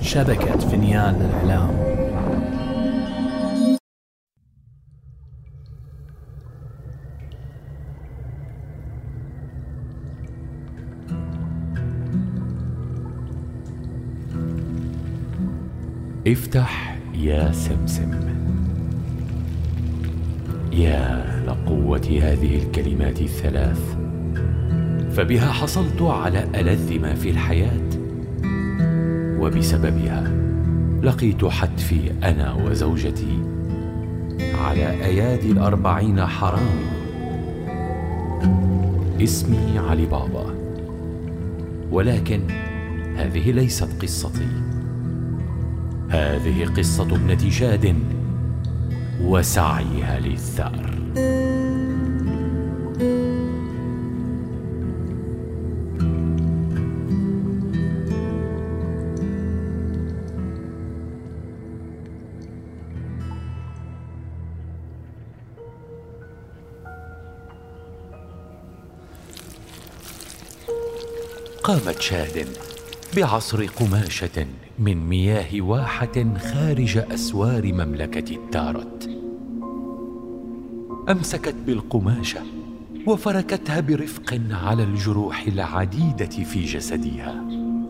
شبكة فينيان للإعلام. افتح يا سمسم. يا لقوة هذه الكلمات الثلاث، فبها حصلت على ألذ ما في الحياة، وبسببها لقيت حتفي أنا وزوجتي على أيادي 40 حرامي. اسمي علي بابا، ولكن هذه ليست قصتي، هذه قصة ابنة شاد وسعيها للثأر. قامت شاد بعصر قماشة من مياه واحة خارج أسوار مملكة التارت. أمسكت بالقماشة وفركتها برفق على الجروح العديدة في جسدها.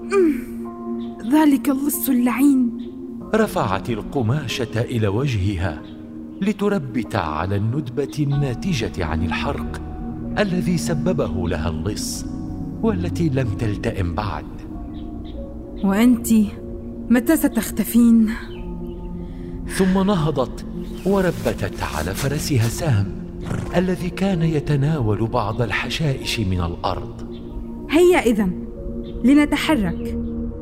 ذلك اللص اللعين. رفعت القماشة إلى وجهها لتربت على الندبة الناتجة عن الحرق الذي سببه لها اللص، والتي لم تلتئم بعد. وأنت متى ستختفين؟ ثم نهضت وربتت على فرسها سام الذي كان يتناول بعض الحشائش من الأرض. هيا إذن لنتحرك.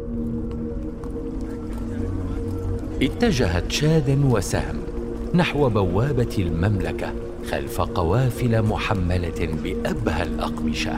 اتجهت شاد وسام نحو بوابة المملكة خلف قوافل محملة بأبهى الأقمشة.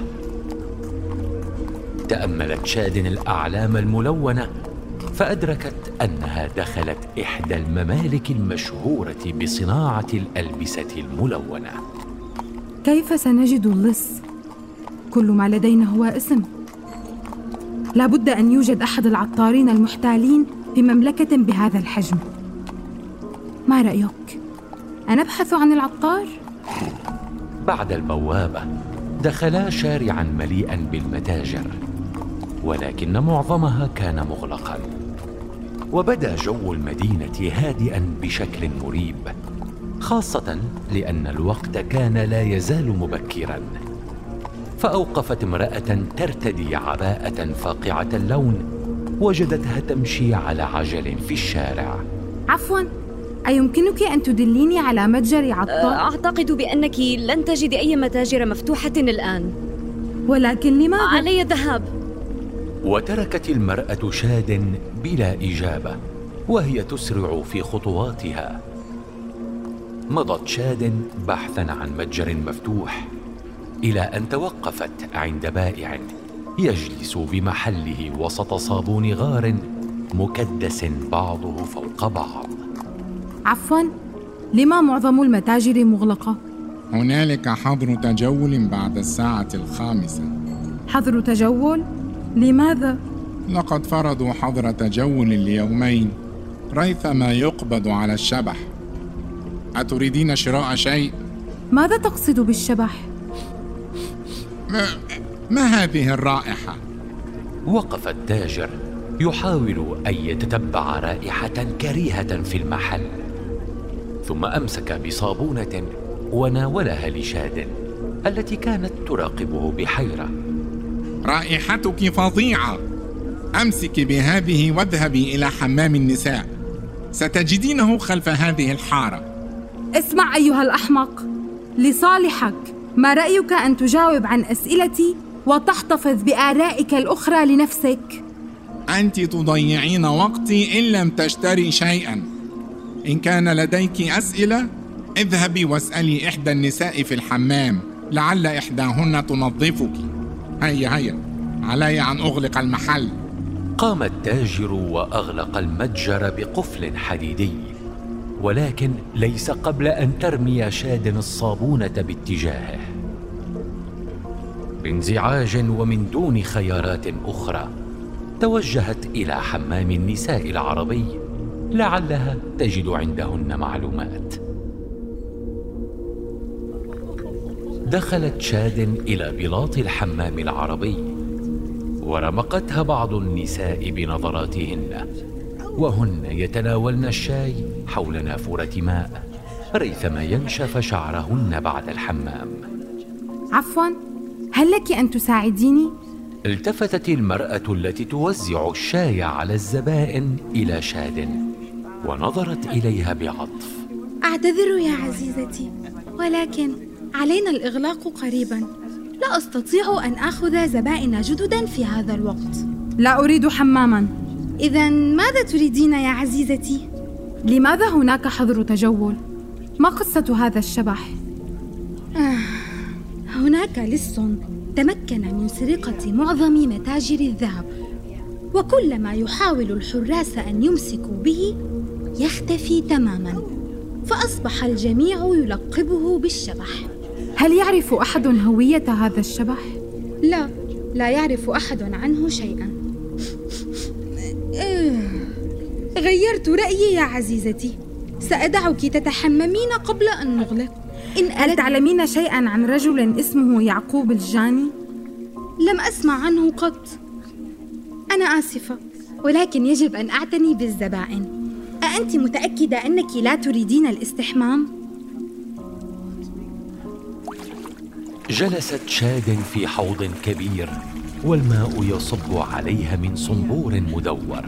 تأملت شاد الأعلام الملونة فأدركت أنها دخلت إحدى الممالك المشهورة بصناعة الألبسة الملونة. كيف سنجد اللص؟ كل ما لدينا هو اسم. لا بد أن يوجد أحد العطارين المحتالين في مملكة بهذا الحجم. ما رأيك؟ أنبحث عن العطار؟ بعد البوابة دخلا شارعاً مليئاً بالمتاجر، ولكن معظمها كان مغلقاً، وبدا جو المدينة هادئاً بشكل مريب، خاصة لأن الوقت كان لا يزال مبكراً. فأوقفت امرأة ترتدي عباءة فاقعة اللون، وجدتها تمشي على عجل في الشارع. عفواً، أيمكنك أن تدليني على متجر عطار؟ أعتقد بأنك لن تجد أي متاجر مفتوحة الآن. ولكن لماذا؟ علي الذهاب. وتركت المرأة شاد بلا إجابة وهي تسرع في خطواتها. مضت شاد بحثاً عن متجر مفتوح إلى أن توقفت عند بائع يجلس بمحله وسط صابون غار مكدس بعضه فوق بعض. عفواً، لما معظم المتاجر مغلقة؟ هنالك حظر تجول بعد 5:00. حظر تجول؟ لماذا؟ لقد فرضوا حظر تجول ليومين ريثما يقبض على الشبح. أتريدين شراء شيء؟ ماذا تقصد بالشبح؟ ما هذه الرائحة؟ وقف التاجر يحاول أن يتتبع رائحة كريهة في المحل، ثم أمسك بصابونة وناولها لشاد التي كانت تراقبه بحيرة. رائحتك فظيعة. أمسك بهذه واذهبي إلى حمام النساء، ستجدينه خلف هذه الحارة. اسمع أيها الأحمق، لصالحك ما رأيك أن تجاوب عن أسئلتي وتحتفظ بآرائك الأخرى لنفسك؟ أنت تضيعين وقتي إن لم تشتري شيئا. إن كان لديك أسئلة اذهبي واسألي إحدى النساء في الحمام، لعل إحداهن تنظفك. هيا علي أن أغلق المحل. قام التاجر وأغلق المتجر بقفل حديدي، ولكن ليس قبل أن ترمي شاد الصابونة باتجاهه. بانزعاج ومن دون خيارات أخرى توجهت إلى حمام النساء العربي لعلها تجد عندهن معلومات. دخلت شاد إلى بلاط الحمام العربي ورمقتها بعض النساء بنظراتهن وهن يتناولن الشاي حول نافورة ماء ريثما ينشف شعرهن بعد الحمام. عفواً، هل لك أن تساعديني؟ التفتت المرأة التي توزع الشاي على الزبائن إلى شاد ونظرت إليها بعطف. أعتذر يا عزيزتي، ولكن علينا الإغلاق قريباً. لا أستطيع أن آخذ زبائن جدداً في هذا الوقت. لا أريد حماماً. إذن ماذا تريدين يا عزيزتي؟ لماذا هناك حظر تجول؟ ما قصة هذا الشبح؟ هناك لص تمكن من سرقة معظم متاجر الذهب، وكلما يحاول الحراس أن يمسكوا به يختفي تماماً، فأصبح الجميع يلقبه بالشبح. هل يعرف أحد هوية هذا الشبح؟ لا يعرف أحد عنه شيئاً. غيرت رأيي يا عزيزتي، سأدعك تتحممين قبل أن نغلق. هل تعلمين شيئاً عن رجل اسمه يعقوب الجاني؟ لم أسمع عنه قط. أنا آسفة، ولكن يجب أن أعتني بالزبائن. أأنت متأكدة أنك لا تريدين الاستحمام؟ جلست شاد في حوض كبير والماء يصب عليها من صنبور مدور.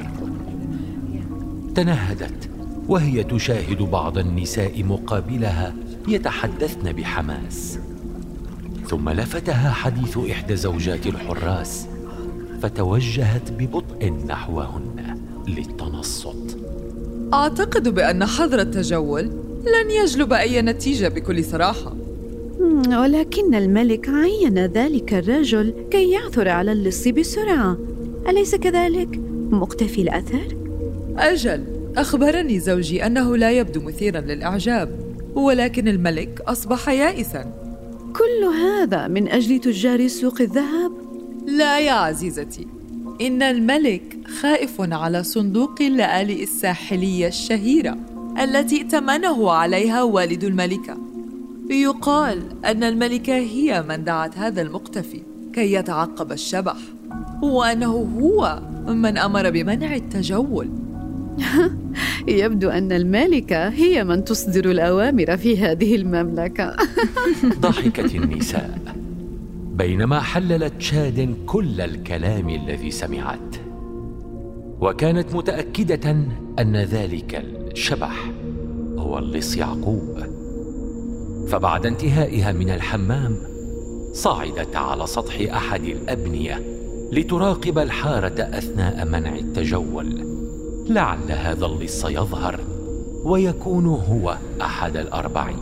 تنهدت وهي تشاهد بعض النساء مقابلها يتحدثن بحماس، ثم لفتها حديث إحدى زوجات الحراس فتوجهت ببطء نحوهن للتنصت. أعتقد بأن حظر التجول لن يجلب أي نتيجة بكل صراحة، ولكن الملك عين ذلك الرجل كي يعثر على اللص بسرعة، أليس كذلك؟ مختفي الأثر؟ أجل، أخبرني زوجي أنه لا يبدو مثيراً للإعجاب، ولكن الملك أصبح يائساً. كل هذا من أجل تجار سوق الذهب؟ لا يا عزيزتي، إن الملك خائف على صندوق اللآلئ الساحلية الشهيرة التي ائتمنه عليها والد الملكة. يقال أن الملكة هي من دعت هذا المختفي كي يتعقب الشبح، وأنه هو من أمر بمنع التجول. يبدو أن الملكة هي من تصدر الأوامر في هذه المملكة. ضحكت النساء بينما حللت شاد كل الكلام الذي سمعته، وكانت متأكدة أن ذلك الشبح هو اللص يعقوب. فبعد انتهائها من الحمام صعدت على سطح أحد الأبنية لتراقب الحارة أثناء منع التجول، لعل هذا اللص يظهر ويكون هو أحد الأربعين.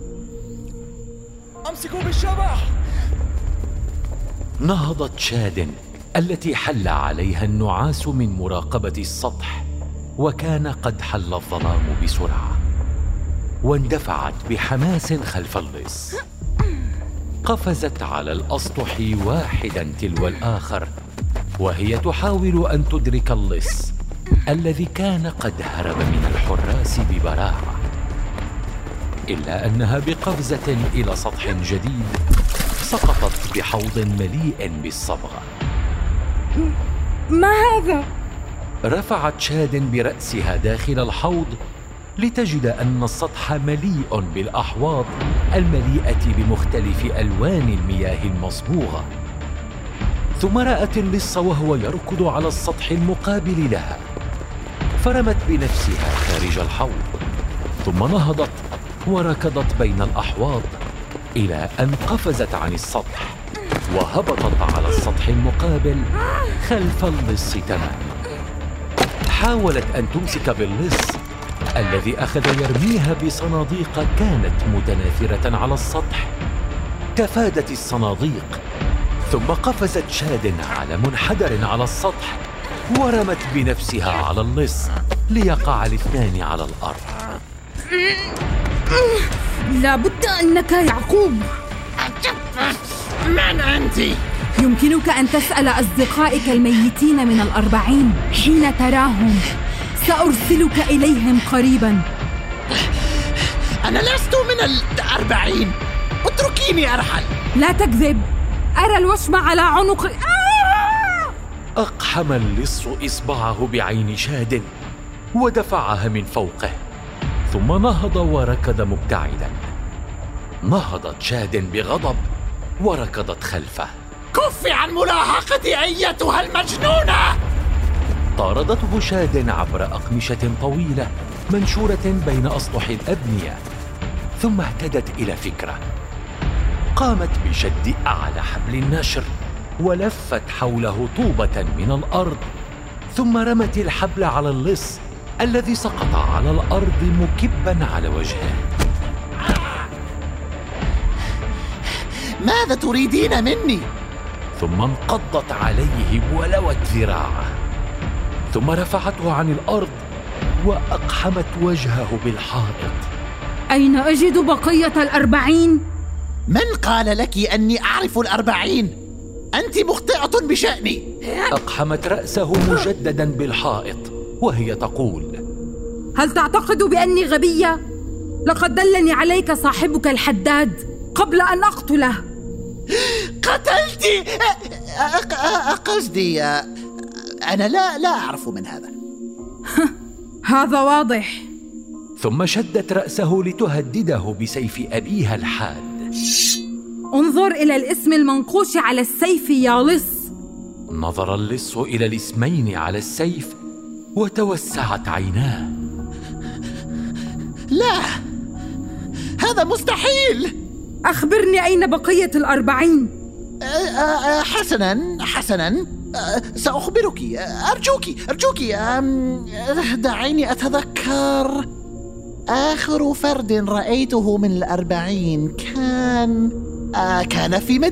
أمسكوا بالشبح! نهضت شاد التي حل عليها النعاس من مراقبة السطح، وكان قد حل الظلام بسرعة، واندفعت بحماس خلف اللص. قفزت على الأسطح واحدا تلو الآخر وهي تحاول أن تدرك اللص الذي كان قد هرب من الحراس ببراعة، إلا أنها بقفزة إلى سطح جديد سقطت بحوض مليء بالصبغة. ما هذا؟ رفعت شاد برأسها داخل الحوض لتجد أن السطح مليء بالأحواض المليئة بمختلف ألوان المياه المصبوغة، ثم رأت اللص وهو يركض على السطح المقابل لها، فرمت بنفسها خارج الحوض، ثم نهضت وركضت بين الأحواض إلى أن قفزت عن السطح وهبطت على السطح المقابل خلف اللص تماما. حاولت أن تمسك باللص الذي أخذ يرميها بصناديق كانت متناثرة على السطح. تفادت الصناديق، ثم قفزت شاد على منحدر على السطح ورمت بنفسها على اللص ليقع الاثنان على الأرض. لا بد أنك يعقوب. من أنت؟ يمكنك أن تسأل أصدقائك الميتين من 40 حين تراهم. سأرسلك إليهم قريبا. أنا لست من 40. اتركيني أرحل. لا تكذب، أرى الوشم على عنقي. أقحم اللص إصبعه بعين شاد ودفعها من فوقه، ثم نهض وركض مبتعدا. نهضت شاد بغضب وركضت خلفه. كفي عن ملاحقتي أيتها المجنونة! طاردته شاد عبر أقمشة طويلة منشورة بين أسطح الأبنية، ثم اهتدت إلى فكرة. قامت بشد أعلى حبل النشر ولفت حوله طوبة من الأرض، ثم رمت الحبل على اللص الذي سقط على الأرض مكبا على وجهه. ماذا تريدين مني؟ ثم انقضت عليه ولوت ذراعه، ثم رفعته عن الأرض وأقحمت وجهه بالحائط. أين أجد بقية 40؟ من قال لك أني أعرف 40؟ أنت مخطئة بشأني. أقحمت رأسه مجددا بالحائط وهي تقول: هل تعتقد بأني غبية؟ لقد دلني عليك صاحبك الحداد قبل أن أقتله. قتلتي؟ قصدي أنا لا أعرف من هذا. هذا واضح. ثم شدت رأسه لتهدده بسيف أبيها الحاد. انظر إلى الاسم المنقوش على السيف يا لص. نظر اللص إلى الاسمين على السيف وتوسعت عيناه. لا، هذا مستحيل. أخبرني أين بقية 40؟ حسناً، سأخبرك. أرجوك. دعيني أتذكر. آخر فرد رأيته من 40 كان في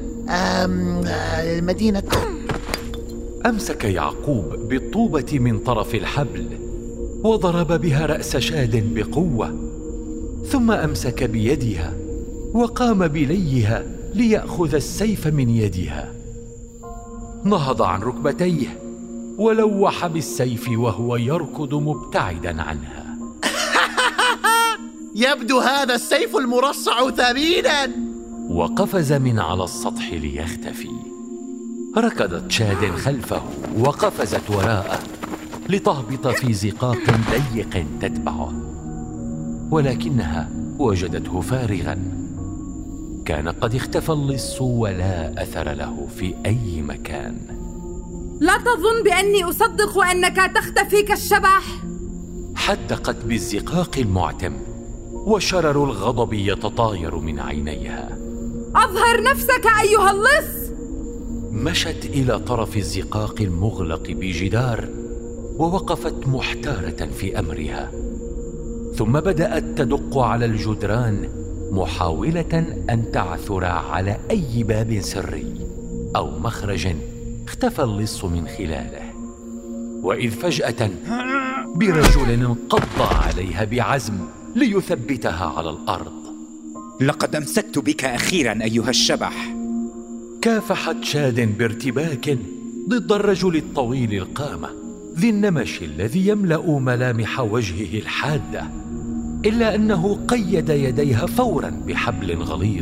مدينة. أمسك يعقوب بالطوبة من طرف الحبل وضرب بها رأس شاد بقوة، ثم أمسك بيدها وقام بليها ليأخذ السيف من يدها. نهض عن ركبتيه ولوح بالسيف وهو يركض مبتعدا عنها. يبدو هذا السيف المرصع ثمينا. وقفز من على السطح ليختفي. ركضت شاد خلفه وقفزت وراءه لتهبط في زقاق ضيق تتبعه، ولكنها وجدته فارغا. كان قد اختفى اللص ولا أثر له في أي مكان. لا تظن بأني أصدق أنك تختفي كالشبح. حدقت بالزقاق المعتم وشرر الغضب يتطاير من عينيها. أظهر نفسك أيها اللص. مشت إلى طرف الزقاق المغلق بجدار ووقفت محتارة في أمرها، ثم بدأت تدق على الجدران محاولة أن تعثر على أي باب سري أو مخرج اختفى اللص من خلاله. وإذ فجأة برجل انقض عليها بعزم ليثبتها على الأرض. لقد أمسكت بك أخيرا أيها الشبح. كافحت شاد بارتباك ضد الرجل الطويل القامة ذي النمش الذي يملأ ملامح وجهه الحادة، إلا أنه قيد يديها فورا بحبل غليظ.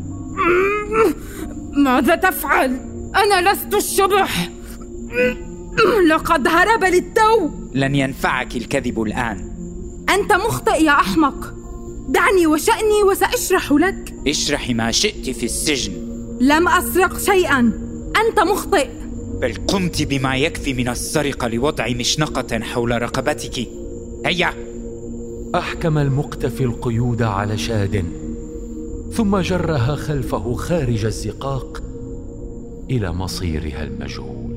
ماذا تفعل؟ أنا لست الشبح، لقد هرب للتو. لن ينفعك الكذب الآن. أنت مخطئ يا أحمق. دعني وشأني وسأشرح لك. اشرحي ما شئت في السجن. لم أسرق شيئا، أنت مخطئ. بل قمت بما يكفي من السرقة لوضع مشنقة حول رقبتك. هيا. أحكم المقتفي القيود على شاد ثم جرها خلفه خارج الزقاق إلى مصيرها المجهول.